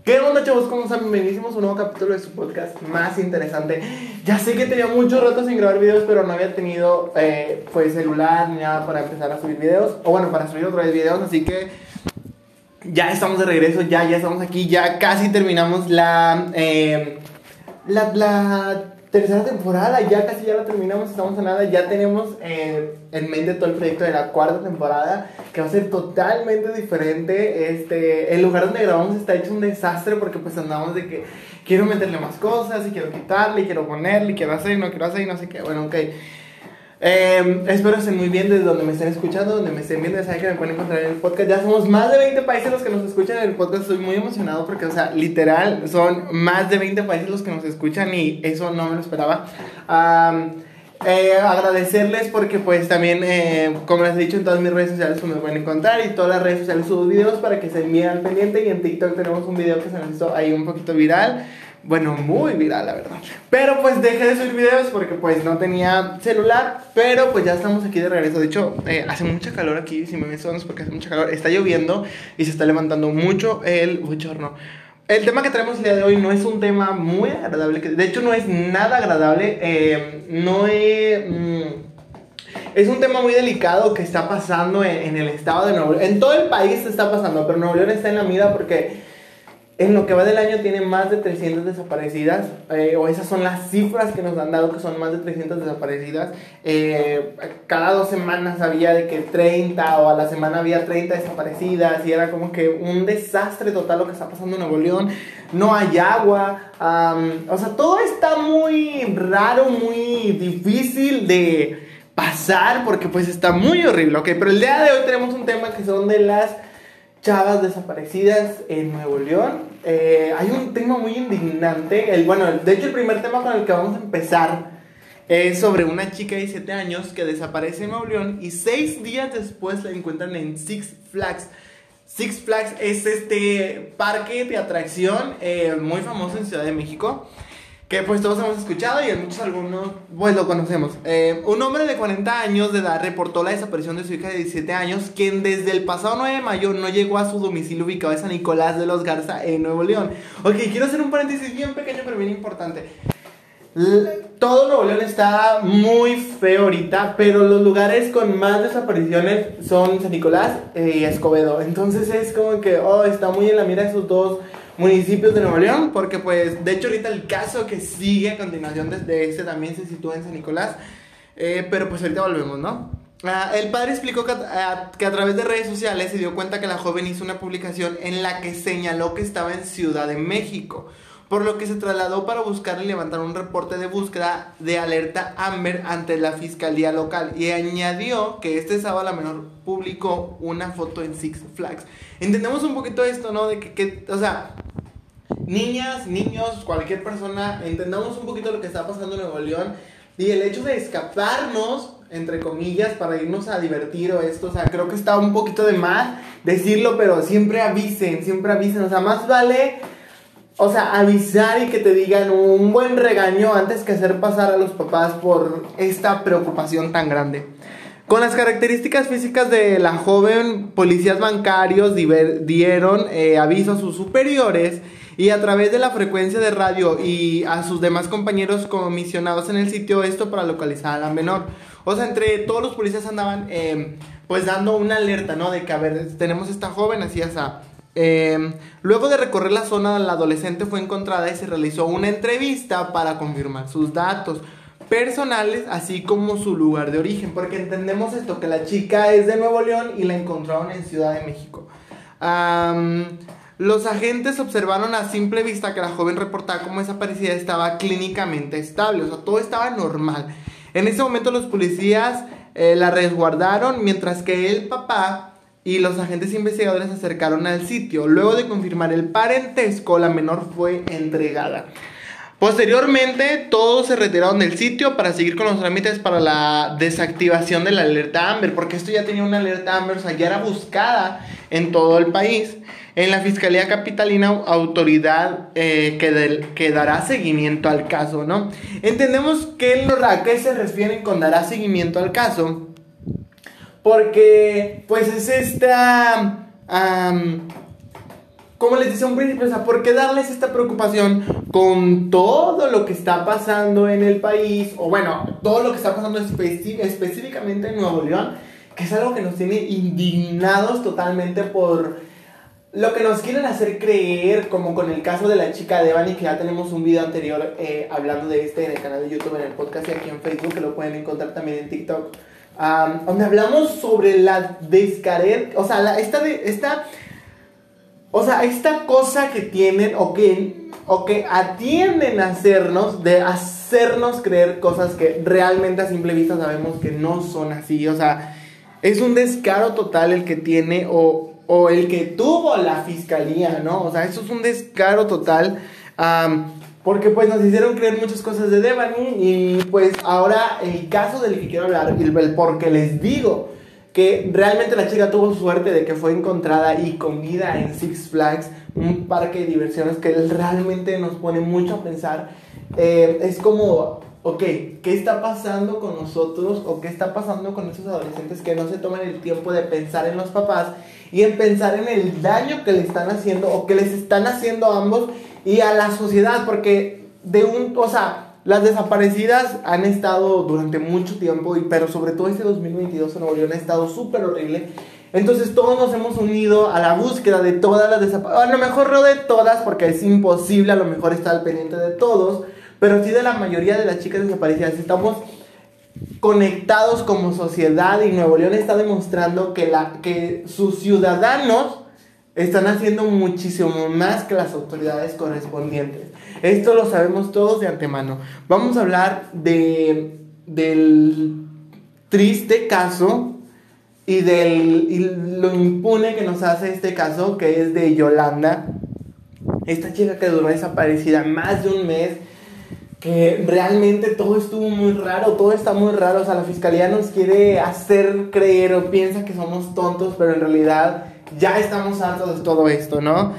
¿Qué onda, chavos? ¿Cómo están? Bienvenidos a un nuevo capítulo de su podcast más interesante. Ya sé que tenía muchos ratos sin grabar videos, pero no había tenido pues celular ni nada para empezar a subir videos. O bueno, para subir otra vez videos, así que ya estamos de regreso, ya estamos aquí, ya casi terminamos la tercera temporada, ya casi ya la terminamos, estamos a nada, ya tenemos en mente todo el proyecto de la cuarta temporada, que va a ser totalmente diferente. El lugar donde grabamos está hecho un desastre porque pues andamos de que quiero meterle más cosas y quiero quitarle y quiero ponerle y quiero hacer y no quiero hacer y no sé qué, bueno, ok. Espero estén muy bien desde donde me estén escuchando, donde me estén viendo. Ya saben que me pueden encontrar en el podcast. Ya somos más de 20 países los que nos escuchan en el podcast. Estoy muy emocionado porque, o sea, literal, son más de 20 países los que nos escuchan y eso no me lo esperaba. Agradecerles porque pues también, como les he dicho, en todas mis redes sociales pues, me pueden encontrar. Y todas las redes sociales subo videos para que se envíen al pendiente. Y en TikTok tenemos un video que se nos hizo ahí un poquito viral. Bueno, muy viral, la verdad. Pero pues dejé de subir videos porque pues no tenía celular. Pero pues ya estamos aquí de regreso. De hecho, hace mucha calor aquí. Si me ven es porque hace mucha calor. Está lloviendo y se está levantando mucho el bochorno. El tema que traemos el día de hoy no es un tema muy agradable. De hecho, no es nada agradable. Es un tema muy delicado que está pasando en el estado de Nuevo León. En todo el país se está pasando, pero Nuevo León está en la mira porque en lo que va del año tiene más de 300 desaparecidas, o esas son las cifras que nos han dado, que son más de 300 desaparecidas. Cada 2 semanas había de que 30, o a la semana había 30 desaparecidas, y era como que un desastre total lo que está pasando en Nuevo León. No hay agua, o sea, todo está muy raro, muy difícil de pasar, porque pues está muy horrible, ok. Pero el día de hoy tenemos un tema que son de las chavas desaparecidas en Nuevo León. Hay un tema muy indignante. De hecho, el primer tema con el que vamos a empezar es sobre una chica de 17 años que desaparece en Nuevo León y 6 días después la encuentran en Six Flags. Six Flags es este parque de atracción muy famoso en Ciudad de México, que pues todos hemos escuchado y muchos algunos pues lo conocemos. Un hombre de 40 años de edad reportó la desaparición de su hija de 17 años, quien desde el pasado 9 de mayo no llegó a su domicilio ubicado en San Nicolás de los Garza, en Nuevo León. Ok, quiero hacer un paréntesis bien pequeño pero bien importante. Todo Nuevo León está muy feo ahorita, pero los lugares con más desapariciones son San Nicolás y Escobedo. Entonces es como que, está muy en la mira esos dos municipios de Nuevo León, porque pues de hecho ahorita el caso que sigue a continuación desde este también se sitúa en San Nicolás, pero pues ahorita volvemos, ¿no? El padre explicó que a través de redes sociales se dio cuenta que la joven hizo una publicación en la que señaló que estaba en Ciudad de México, por lo que se trasladó para buscar y levantar un reporte de búsqueda de alerta Amber ante la fiscalía local, y añadió que este sábado la menor publicó una foto en Six Flags. Entendemos un poquito esto, ¿no? De que o sea, niñas, niños, cualquier persona, entendamos un poquito lo que está pasando en Nuevo León y el hecho de escaparnos, entre comillas, para irnos a divertir o esto. O sea, creo que está un poquito de más decirlo, pero siempre avisen, o sea, más vale, o sea, avisar y que te digan un buen regaño antes que hacer pasar a los papás por esta preocupación tan grande. Con las características físicas de la joven, policías bancarios dieron aviso a sus superiores y a través de la frecuencia de radio y a sus demás compañeros comisionados en el sitio, esto para localizar a la menor. O sea, entre todos los policías andaban pues dando una alerta, ¿no? De que, a ver, tenemos esta joven, así, luego de recorrer la zona, la adolescente fue encontrada y se realizó una entrevista para confirmar sus datos personales, así como su lugar de origen, porque entendemos esto, que la chica es de Nuevo León y la encontraron en Ciudad de México. Los agentes observaron a simple vista que la joven reportada como desaparecida estaba clínicamente estable, o sea, todo estaba normal. En ese momento los policías la resguardaron, mientras que el papá y los agentes investigadores se acercaron al sitio. Luego de confirmar el parentesco, la menor fue entregada. Posteriormente, todos se retiraron del sitio para seguir con los trámites para la desactivación de la alerta Amber, porque esto ya tenía una alerta Amber, o sea, ya era buscada en todo el país. En la Fiscalía Capitalina, autoridad que dará seguimiento al caso, ¿no? Entendemos a qué se refieren con dará seguimiento al caso, porque pues es esta como les decía un principio, o sea, ¿por qué darles esta preocupación con todo lo que está pasando en el país? O bueno, todo lo que está pasando específicamente en Nuevo León, que es algo que nos tiene indignados totalmente por lo que nos quieren hacer creer, como con el caso de la chica Devani, que ya tenemos un video anterior hablando de en el canal de YouTube, en el podcast y aquí en Facebook, que lo pueden encontrar también en TikTok, donde hablamos sobre la o sea, esta cosa que tienen o que atienden a hacernos, de hacernos creer cosas que realmente a simple vista sabemos que no son así. O sea, es un descaro total el que tiene o el que tuvo la fiscalía, ¿no? O sea, eso es un descaro total, porque pues nos hicieron creer muchas cosas de Devani. Y pues ahora el caso del que quiero hablar, el porque les digo que realmente la chica tuvo suerte de que fue encontrada y con vida en Six Flags, un parque de diversiones que realmente nos pone mucho a pensar. Es como, ok, ¿qué está pasando con nosotros? ¿O qué está pasando con esos adolescentes que no se toman el tiempo de pensar en los papás y en pensar en el daño que le están haciendo o que les están haciendo a ambos y a la sociedad? Porque las desaparecidas han estado durante mucho tiempo, pero sobre todo este 2022 en Nuevo León ha estado súper horrible. Entonces todos nos hemos unido a la búsqueda de todas las desaparecidas. A lo mejor no de todas, porque es imposible a lo mejor estar al pendiente de todos, pero sí de la mayoría de las chicas desaparecidas. Estamos conectados como sociedad y Nuevo León está demostrando que sus ciudadanos están haciendo muchísimo más que las autoridades correspondientes. Esto lo sabemos todos de antemano. Vamos a hablar del triste caso y lo impune que nos hace este caso, que es de Yolanda, esta chica que duró desaparecida más de un mes, que realmente todo estuvo muy raro, todo está muy raro. O sea, la fiscalía nos quiere hacer creer o piensa que somos tontos, pero en realidad ya estamos hartos de todo esto, ¿no?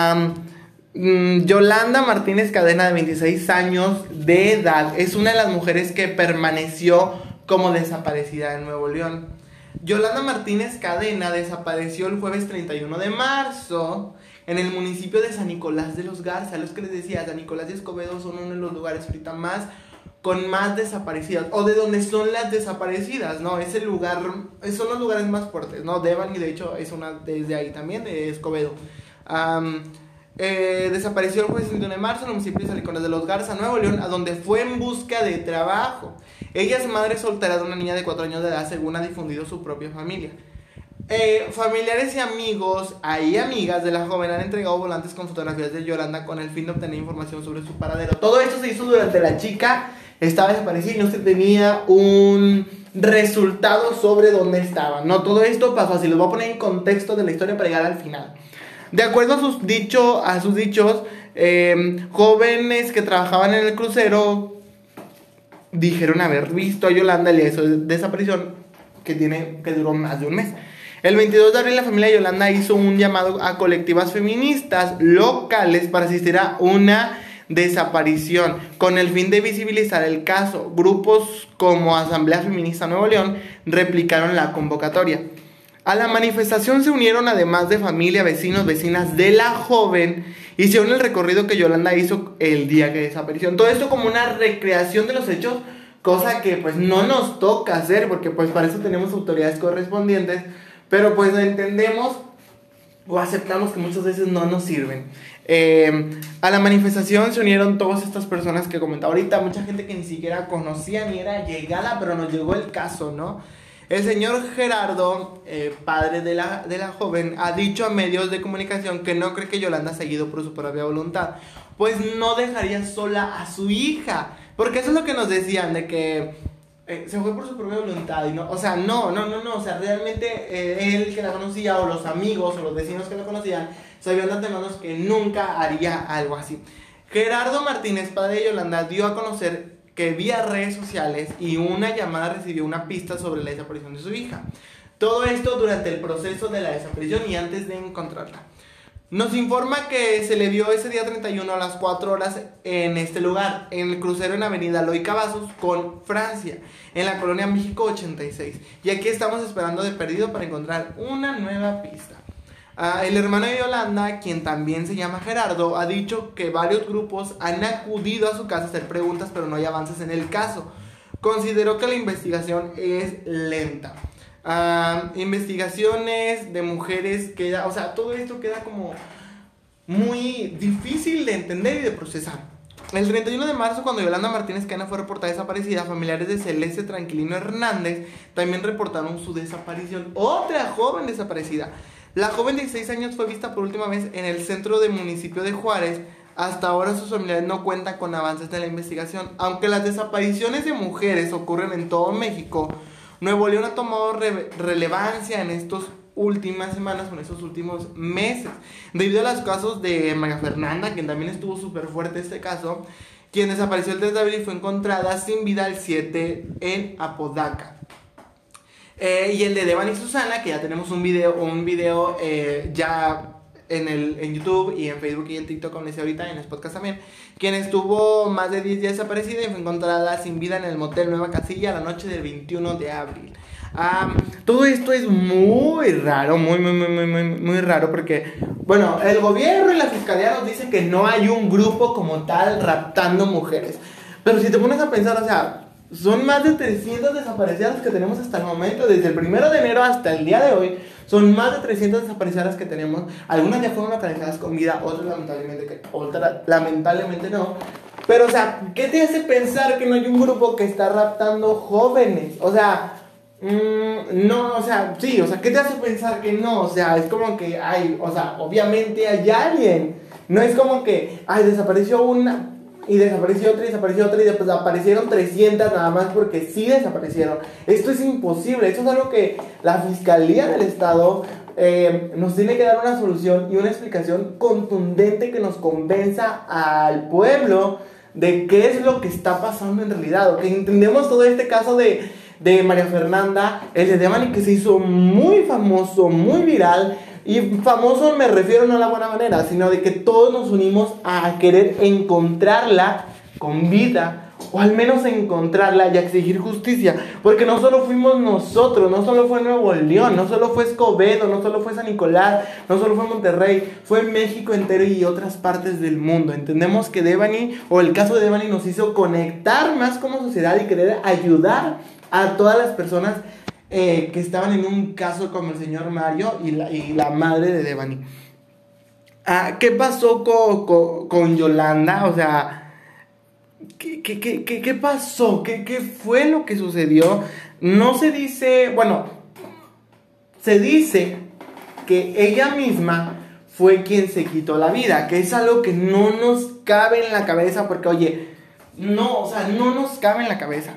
Yolanda Martínez Cadena, de 26 años de edad, es una de las mujeres que permaneció como desaparecida en Nuevo León. Yolanda Martínez Cadena desapareció el jueves 31 de marzo en el municipio de San Nicolás de los Garza. Los que les decía, San Nicolás y Escobedo son uno de los lugares ahorita con más desaparecidas, o de donde son las desaparecidas, ¿no? Ese lugar, son los lugares más fuertes, ¿no? Devani, de hecho, es una desde ahí también, de Escobedo. Desapareció el jueves 31 de marzo en el municipio de San Nicolás de los Garza, Nuevo León, a donde fue en busca de trabajo. Ella es madre soltera de una niña de 4 años de edad, según ha difundido su propia familia. Familiares y amigos y amigas de la joven han entregado volantes con fotografías de Yolanda con el fin de obtener información sobre su paradero. Todo esto se hizo durante la chica estaba desaparecida y no se tenía un resultado sobre dónde estaba, ¿no? Todo esto pasó así. Les voy a poner en contexto de la historia para llegar al final. De acuerdo a sus dichos, jóvenes que trabajaban en el crucero dijeron haber visto a Yolanda el día de su desaparición, que duró más de un mes. El 22 de abril la familia de Yolanda hizo un llamado a colectivas feministas locales para asistir a una desaparición con el fin de visibilizar el caso. Grupos como Asamblea Feminista Nuevo León replicaron la convocatoria. A la manifestación se unieron, además de familia, vecinos, vecinas de la joven, hicieron el recorrido que Yolanda hizo el día que desapareció. Todo esto como una recreación de los hechos, cosa que pues no nos toca hacer, porque pues para eso tenemos autoridades correspondientes, pero pues entendemos o aceptamos que muchas veces no nos sirven. A la manifestación se unieron todas estas personas que comentaba ahorita, mucha gente que ni siquiera conocía ni era llegada, pero nos llegó el caso, ¿no? El señor Gerardo, padre de la joven, ha dicho a medios de comunicación que no cree que Yolanda ha seguido por su propia voluntad, pues no dejaría sola a su hija, porque eso es lo que nos decían, de que se fue por su propia voluntad, y no, o sea, no, o sea, realmente él que la conocía, o los amigos, o los vecinos que la conocían, sabían de antemano que nunca haría algo así. Gerardo Martínez, padre de Yolanda, dio a conocer que vía redes sociales y una llamada recibió una pista sobre la desaparición de su hija. Todo esto durante el proceso de la desaparición y antes de encontrarla. Nos informa que se le vio ese día 31 a las 4 horas en este lugar, en el crucero en Avenida Eloy Cavazos con Francia, en la colonia México 86. Y aquí estamos esperando de perdido para encontrar una nueva pista. El hermano de Yolanda, quien también se llama Gerardo, ha dicho que varios grupos han acudido a su casa a hacer preguntas, pero no hay avances en el caso. Consideró que la investigación es lenta. Investigaciones de mujeres queda, o sea, todo esto queda como muy difícil de entender y de procesar. El 31 de marzo, cuando Yolanda Martínez Caena fue reportada desaparecida, familiares de Celeste Tranquilino Hernández también reportaron su desaparición. Otra joven desaparecida. La joven de 16 años fue vista por última vez en el centro del municipio de Juárez. Hasta ahora sus familiares no cuentan con avances de la investigación. Aunque las desapariciones de mujeres ocurren en todo México, Nuevo León ha tomado relevancia en estas últimas semanas, en estos últimos meses, debido a los casos de María Fernanda, quien también estuvo súper fuerte este caso, quien desapareció el 3 de abril y fue encontrada sin vida el 7 en Apodaca. Y el de Devani y Susana, que ya tenemos un video ya en YouTube y en Facebook y en TikTok, como les decía ahorita, en los podcasts también, quien estuvo más de 10 días desaparecida y fue encontrada sin vida en el motel Nueva Casilla la noche del 21 de abril. Todo esto es muy raro, muy raro, porque, bueno, el gobierno y la fiscalía nos dicen que no hay un grupo como tal raptando mujeres. Pero si te pones a pensar, o sea, son más de 300 desaparecidas que tenemos hasta el momento, desde el 1 de enero hasta el día de hoy. Son más de 300 desaparecidas que tenemos. Algunas ya fueron localizadas con vida, otras lamentablemente no. Pero, o sea, ¿qué te hace pensar que no hay un grupo que está raptando jóvenes? O sea, no, o sea, sí, o sea, ¿qué te hace pensar que no? O sea, es como que hay, o sea, obviamente hay alguien. No es como que, desapareció una y desapareció otra y después aparecieron 300 nada más porque sí desaparecieron. Esto es imposible, esto es algo que la Fiscalía del Estado nos tiene que dar una solución y una explicación contundente que nos convenza al pueblo de qué es lo que está pasando en realidad. Que entendemos todo este caso de María Fernanda, el de Devani, que se hizo muy famoso, muy viral. Y famoso me refiero no a la buena manera, sino de que todos nos unimos a querer encontrarla con vida, o al menos encontrarla y a exigir justicia. Porque no solo fuimos nosotros, no solo fue Nuevo León, no solo fue Escobedo, no solo fue San Nicolás, no solo fue Monterrey, fue México entero y otras partes del mundo. Entendemos que Devani, o el caso de Devani, nos hizo conectar más como sociedad y querer ayudar a todas las personas que estaban en un caso como el señor Mario y la madre de Devani. ¿Qué pasó con Yolanda? O sea, ¿qué pasó? ¿Qué fue lo que sucedió? No se dice, bueno, se dice que ella misma fue quien se quitó la vida, que es algo que no nos cabe en la cabeza, porque oye, no, o sea, no nos cabe en la cabeza.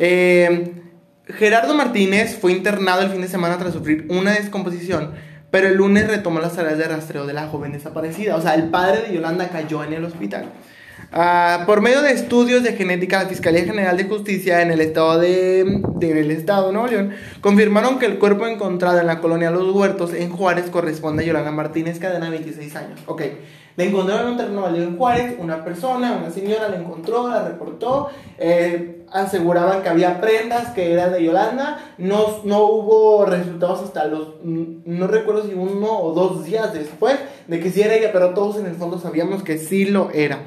Gerardo Martínez fue internado el fin de semana tras sufrir una descomposición, pero el lunes retomó las tareas de rastreo de la joven desaparecida. O sea, el padre de Yolanda cayó en el hospital. Por medio de estudios de genética, la Fiscalía General de Justicia en el estado de Nuevo León confirmaron que el cuerpo encontrado en la colonia Los Huertos en Juárez corresponde a Yolanda Martínez Cadena, 26 años. Ok, la encontraron en un terreno baldío en Juárez, una señora la encontró, la reportó, aseguraban que había prendas que eran de Yolanda, no hubo resultados hasta no recuerdo si 1 o 2 días después de que sí era ella, pero todos en el fondo sabíamos que sí lo era.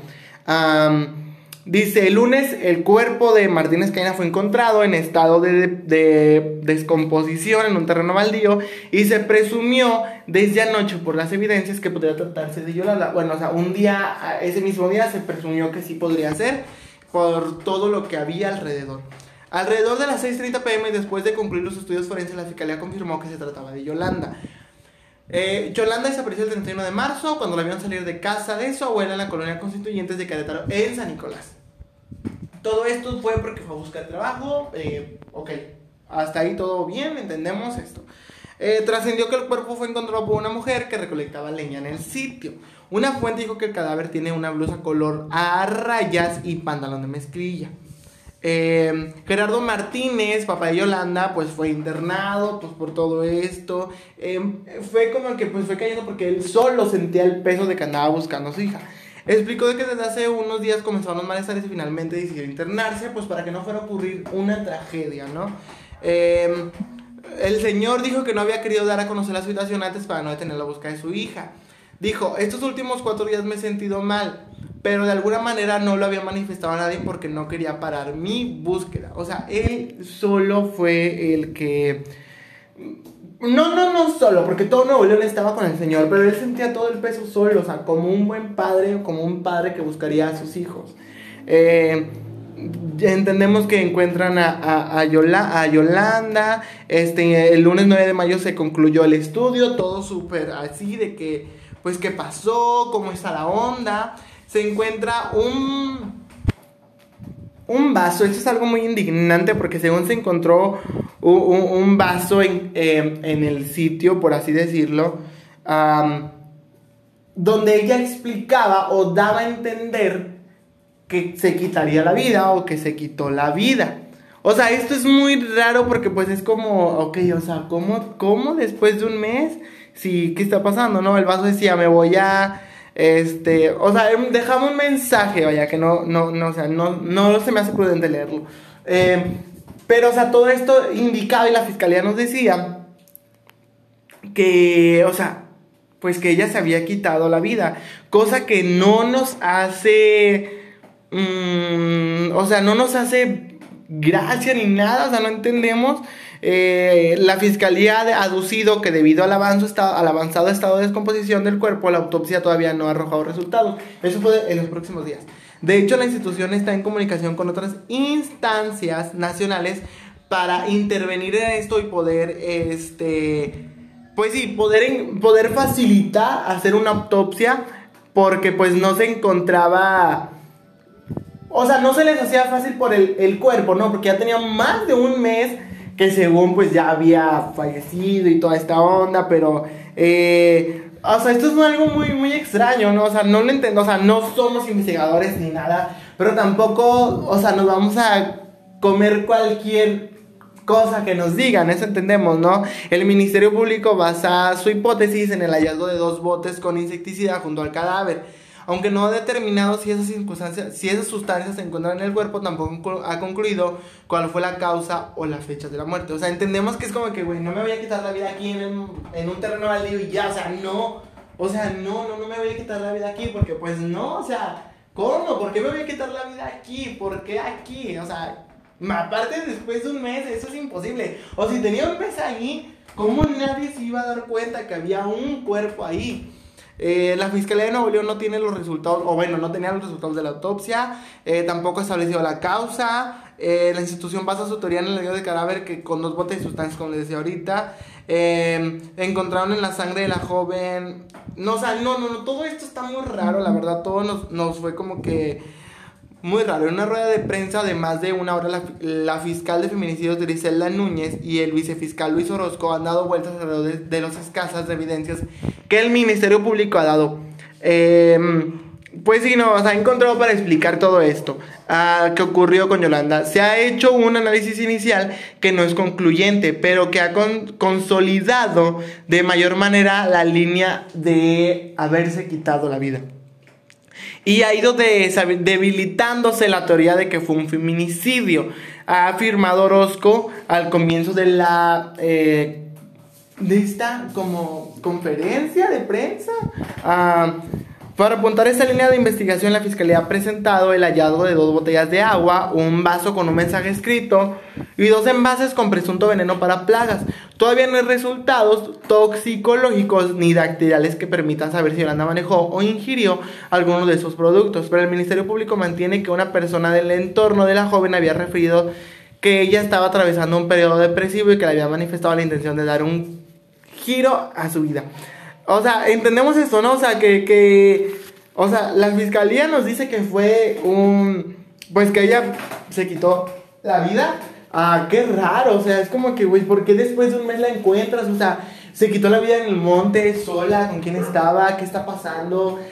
Dice, el lunes el cuerpo de Martínez Caena fue encontrado en estado de descomposición en un terreno baldío y se presumió desde anoche por las evidencias que podría tratarse de Yolanda. Bueno, o sea, ese mismo día se presumió que sí podría ser por todo lo que había alrededor. Alrededor de las 6:30 p.m. y después de concluir los estudios forenses, la Fiscalía confirmó que se trataba de Yolanda. Yolanda desapareció el 31 de marzo cuando la vieron salir de casa de su abuela en la colonia Constituyentes de Querétaro, en San Nicolás. Todo esto fue porque fue a buscar trabajo. Ok, hasta ahí todo bien, entendemos esto. Trascendió que el cuerpo fue encontrado por una mujer que recolectaba leña en el sitio. Una fuente dijo que el cadáver tiene una blusa color a rayas y pantalón de mezclilla. Gerardo Martínez, papá de Yolanda, pues fue internado pues por todo esto. Fue como que pues fue cayendo porque él solo sentía el peso de que andaba buscando a su hija. Explicó de que desde hace unos días comenzaron los malestares y finalmente decidió internarse pues para que no fuera a ocurrir una tragedia, ¿no? el señor dijo que no había querido dar a conocer la situación antes para no detener la búsqueda de su hija. Dijo, estos últimos 4 días me he sentido mal, pero de alguna manera no lo había manifestado a nadie porque no quería parar mi búsqueda. O sea, él solo fue el que... No solo, porque todo Nuevo León estaba con el señor, pero él sentía todo el peso solo, o sea, como un buen padre, como un padre que buscaría a sus hijos. Entendemos que encuentran a Yolanda. El lunes 9 de mayo se concluyó el estudio, todo súper así de que, pues, ¿qué pasó? ¿Cómo está la onda? Se encuentra un vaso. Esto es algo muy indignante porque según se encontró un vaso en el sitio, por así decirlo, donde ella explicaba o daba a entender que se quitaría la vida o que se quitó la vida. O sea, esto es muy raro porque pues es como, ok, o sea, ¿cómo después de un mes? Sí, ¿qué está pasando? No, el vaso decía, me voy a... o sea, dejaba un mensaje, vaya, que o sea, no se me hace prudente leerlo. Pero, o sea, todo esto indicaba y la fiscalía nos decía que, o sea, pues que ella se había quitado la vida, cosa que no nos hace, o sea, no nos hace gracia ni nada, o sea, no entendemos. La fiscalía ha aducido que debido al avanzado estado de descomposición del cuerpo, la autopsia todavía no ha arrojado resultados. Eso fue en los próximos días. De hecho, la institución está en comunicación con otras instancias nacionales para intervenir en esto y poder, pues sí, poder facilitar hacer una autopsia, porque pues no se encontraba... O sea, no se les hacía fácil por el cuerpo, ¿no? Porque ya tenía más de un mes que según pues ya había fallecido y toda esta onda, pero... o sea, esto es algo muy, muy extraño, ¿no? O sea, no lo entiendo, o sea, no somos investigadores ni nada, pero tampoco, o sea, nos vamos a comer cualquier cosa que nos digan, eso entendemos, ¿no? El Ministerio Público basa su hipótesis en el hallazgo de 2 botes con insecticida junto al cadáver. Aunque no ha determinado si esas sustancias se encuentran en el cuerpo, tampoco ha concluido cuál fue la causa o la fecha de la muerte. O sea, entendemos que es como que, güey, no me voy a quitar la vida aquí en un terreno baldío y ya, o sea, no me voy a quitar la vida aquí, porque pues no, o sea, ¿cómo? ¿Por qué me voy a quitar la vida aquí? ¿Por qué aquí? O sea, aparte después de un mes, eso es imposible. O si tenía un mes ahí, ¿cómo nadie se iba a dar cuenta que había un cuerpo ahí? La Fiscalía de Nuevo León no tiene los resultados, o bueno, no tenía los resultados de la autopsia, tampoco ha establecido la causa. La institución basa su teoría en el hallazgo de cadáver que con 2 botes de sustancias, como les decía ahorita, encontraron en la sangre de la joven. No, o sea, no, todo esto está muy raro, la verdad, todo nos fue como que muy raro. En una rueda de prensa de más de 1 hora, la fiscal de feminicidios Griselda Núñez y el vicefiscal Luis Orozco han dado vueltas alrededor de las escasas evidencias que el Ministerio Público ha dado. Pues sí, no, o sea, ha encontrado para explicar todo esto que ocurrió con Yolanda. Se ha hecho un análisis inicial que no es concluyente, pero que ha consolidado de mayor manera la línea de haberse quitado la vida. Y ha ido debilitándose la teoría de que fue un feminicidio. Ha afirmado Orozco al comienzo de esta como conferencia de prensa. Para apuntar esta línea de investigación, la Fiscalía ha presentado el hallazgo de 2 botellas de agua, un vaso con un mensaje escrito y 2 envases con presunto veneno para plagas. Todavía no hay resultados toxicológicos ni dactilares que permitan saber si Yolanda manejó o ingirió algunos de esos productos, pero el Ministerio Público mantiene que una persona del entorno de la joven había referido que ella estaba atravesando un periodo depresivo y que le había manifestado la intención de dar un giro a su vida. O sea, entendemos esto, ¿no? O sea, o sea, la fiscalía nos dice que fue pues que ella se quitó la vida. Qué raro, o sea, es como que, güey, ¿por qué después de un mes la encuentras? O sea, se quitó la vida en el monte, sola, ¿con quién estaba? ¿Qué está pasando?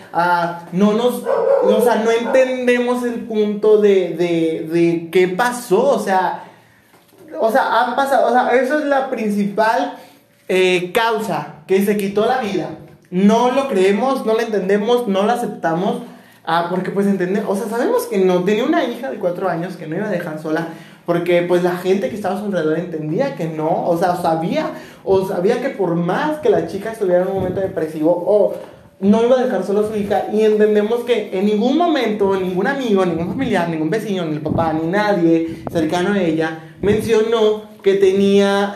O sea, no entendemos el punto de qué pasó, o sea, han pasado, o sea, eso es la principal causa, que se quitó la vida. No lo creemos, no lo entendemos, no lo aceptamos, porque pues entendemos, o sea, sabemos que no tenía una hija de 4 años que no iba a dejar sola, porque pues la gente que estaba a su alrededor entendía que no, o sea, sabía que por más que la chica estuviera en un momento depresivo, o no iba a dejar solo a su hija, y entendemos que en ningún momento, ningún amigo, ningún familiar, ningún vecino, ni el papá, ni nadie cercano a ella mencionó que tenía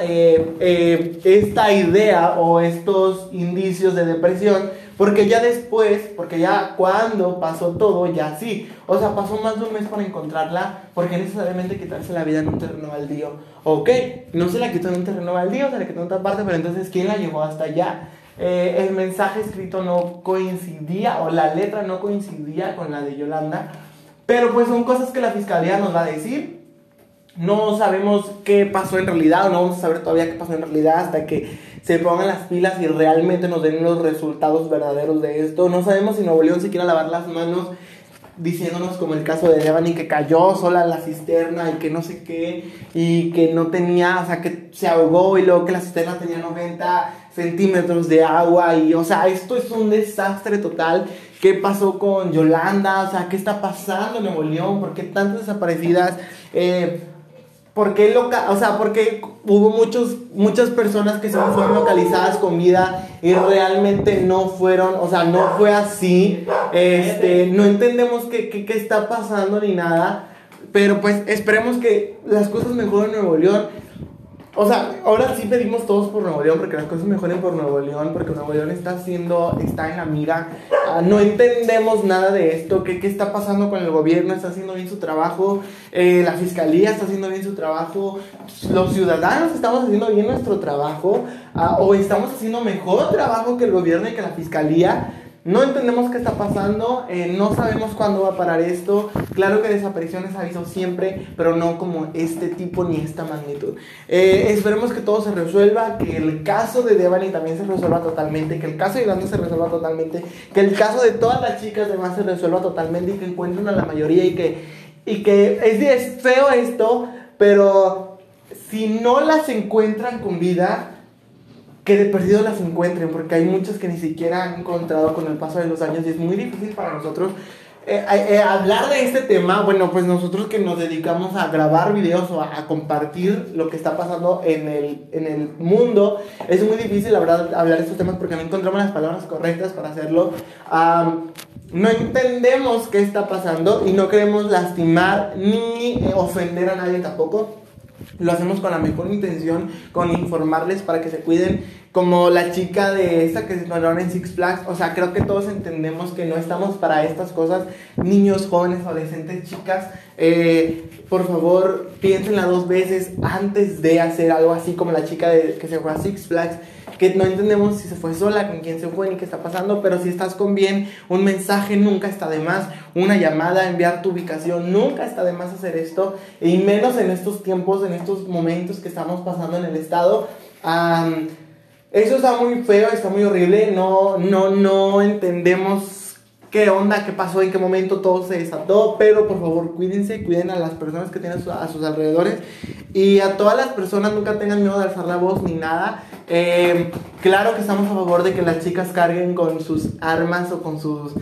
esta idea o estos indicios de depresión, porque ya después, porque ya cuando pasó todo, ya sí, o sea, pasó más de un mes para encontrarla, porque necesariamente quitarse la vida en un terreno baldío. Ok, no se la quitó en un terreno baldío, se la quitó en otra parte, pero entonces, ¿quién la llevó hasta allá? El mensaje escrito no coincidía, o la letra no coincidía con la de Yolanda, pero pues son cosas que la fiscalía nos va a decir. No sabemos qué pasó en realidad, o no vamos a saber todavía qué pasó en realidad hasta que se pongan las pilas y realmente nos den los resultados verdaderos de esto. No sabemos si Nuevo León se quiere lavar las manos diciéndonos, como el caso de Devani, que cayó sola en la cisterna y que no sé qué, y que no tenía, o sea, que se ahogó y luego que la cisterna tenía 90 centímetros de agua, y o sea, esto es un desastre total. ¿Qué pasó con Yolanda? O sea, ¿qué está pasando en Nuevo León? ¿Por qué tantas desaparecidas? ¿Por qué porque hubo muchas personas que se fueron localizadas con vida y realmente no fueron, o sea, no fue así? No entendemos qué está pasando ni nada, pero pues esperemos que las cosas mejoren en Nuevo León. O sea, ahora sí pedimos todos por Nuevo León, porque las cosas mejoren por Nuevo León, porque Nuevo León está en la mira. No entendemos nada de esto. ¿Qué está pasando con el gobierno? ¿Está haciendo bien su trabajo? ¿La fiscalía está haciendo bien su trabajo? ¿Los ciudadanos estamos haciendo bien nuestro trabajo? ¿O estamos haciendo mejor trabajo que el gobierno y que la fiscalía? No entendemos qué está pasando, no sabemos cuándo va a parar esto. Claro que desapariciones ha habido siempre, pero no como este tipo ni esta magnitud. Esperemos que todo se resuelva, que el caso de Devani también se resuelva totalmente, que el caso de Yolanda se resuelva totalmente, que el caso de todas las chicas demás se resuelva totalmente y que encuentren a la mayoría, y que es feo esto, pero si no las encuentran con vida, que de perdido las encuentren, porque hay muchas que ni siquiera han encontrado con el paso de los años, y es muy difícil para nosotros hablar de este tema. Bueno, pues nosotros que nos dedicamos a grabar videos o a compartir lo que está pasando en el mundo, es muy difícil, la verdad, hablar de estos temas porque no encontramos las palabras correctas para hacerlo. No entendemos qué está pasando y no queremos lastimar ni ofender a nadie tampoco. Lo hacemos con la mejor intención, con informarles para que se cuiden, como la chica de esta que se encontraron en Six Flags. O sea, creo que todos entendemos que no estamos para estas cosas. Niños, jóvenes, adolescentes, chicas, por favor, piénsenla 2 veces antes de hacer algo así como la chica que se fue a Six Flags, que no entendemos si se fue sola, con quién se fue, ni qué está pasando, pero si estás con bien, un mensaje nunca está de más, una llamada, enviar tu ubicación, nunca está de más hacer esto, y menos en estos tiempos, en estos momentos que estamos pasando en el estado. Eso está muy feo, está muy horrible, no entendemos qué onda, qué pasó, en qué momento todo se desató, pero por favor cuídense, cuiden a las personas que tienen a sus alrededores, y a todas las personas nunca tengan miedo de alzar la voz ni nada. Claro que estamos a favor de que las chicas carguen con sus armas o con sus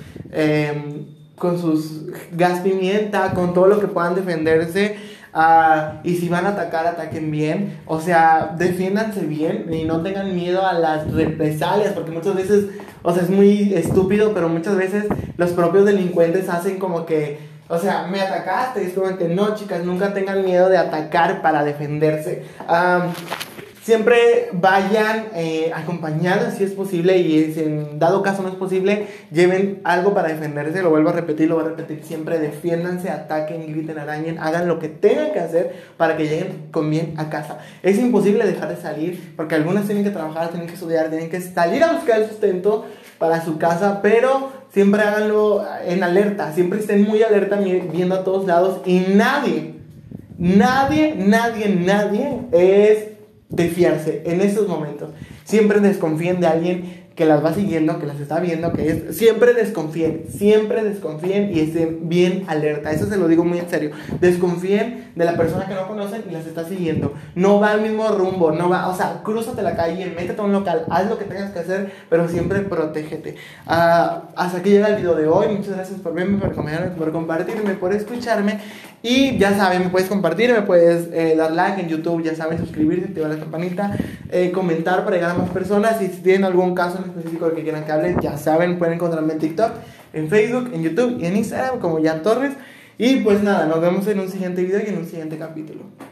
gas pimienta, con todo lo que puedan defenderse. Y si van a atacar, ataquen bien. O sea, defiéndanse bien y no tengan miedo a las represalias, porque muchas veces, o sea, es muy estúpido, pero muchas veces los propios delincuentes hacen como que, o sea, me atacaste. Es como que no, chicas, nunca tengan miedo de atacar para defenderse. Siempre vayan acompañadas si es posible, y si en dado caso no es posible, lleven algo para defenderse. Lo vuelvo a repetir siempre: defiéndanse, ataquen, griten, arañen, hagan lo que tengan que hacer para que lleguen con bien a casa. Es imposible dejar de salir, porque algunas tienen que trabajar, tienen que estudiar, tienen que salir a buscar el sustento para su casa, pero siempre háganlo en alerta, siempre estén muy alerta, viendo a todos lados, y nadie es de fiarse en estos momentos. Siempre desconfíen de alguien, que las va siguiendo, que las está viendo, siempre desconfíen y estén bien alerta. Eso se lo digo muy en serio. Desconfíen de la persona que no conocen y las está siguiendo. No va al mismo rumbo, o sea, crúzate la calle, métete a un local, haz lo que tengas que hacer, pero siempre protégete. Hasta aquí llega el video de hoy. Muchas gracias por verme, por acompañarme, por compartirme, por escucharme. Y ya saben, me puedes compartir, me puedes dar like en YouTube, ya saben, suscribirte, activar la campanita, comentar para llegar a más personas. Y si tienen algún caso en específico del que quieran que hable, ya saben, pueden encontrarme en TikTok, en Facebook, en YouTube y en Instagram como Jan Torres. Y pues nada, nos vemos en un siguiente video y en un siguiente capítulo.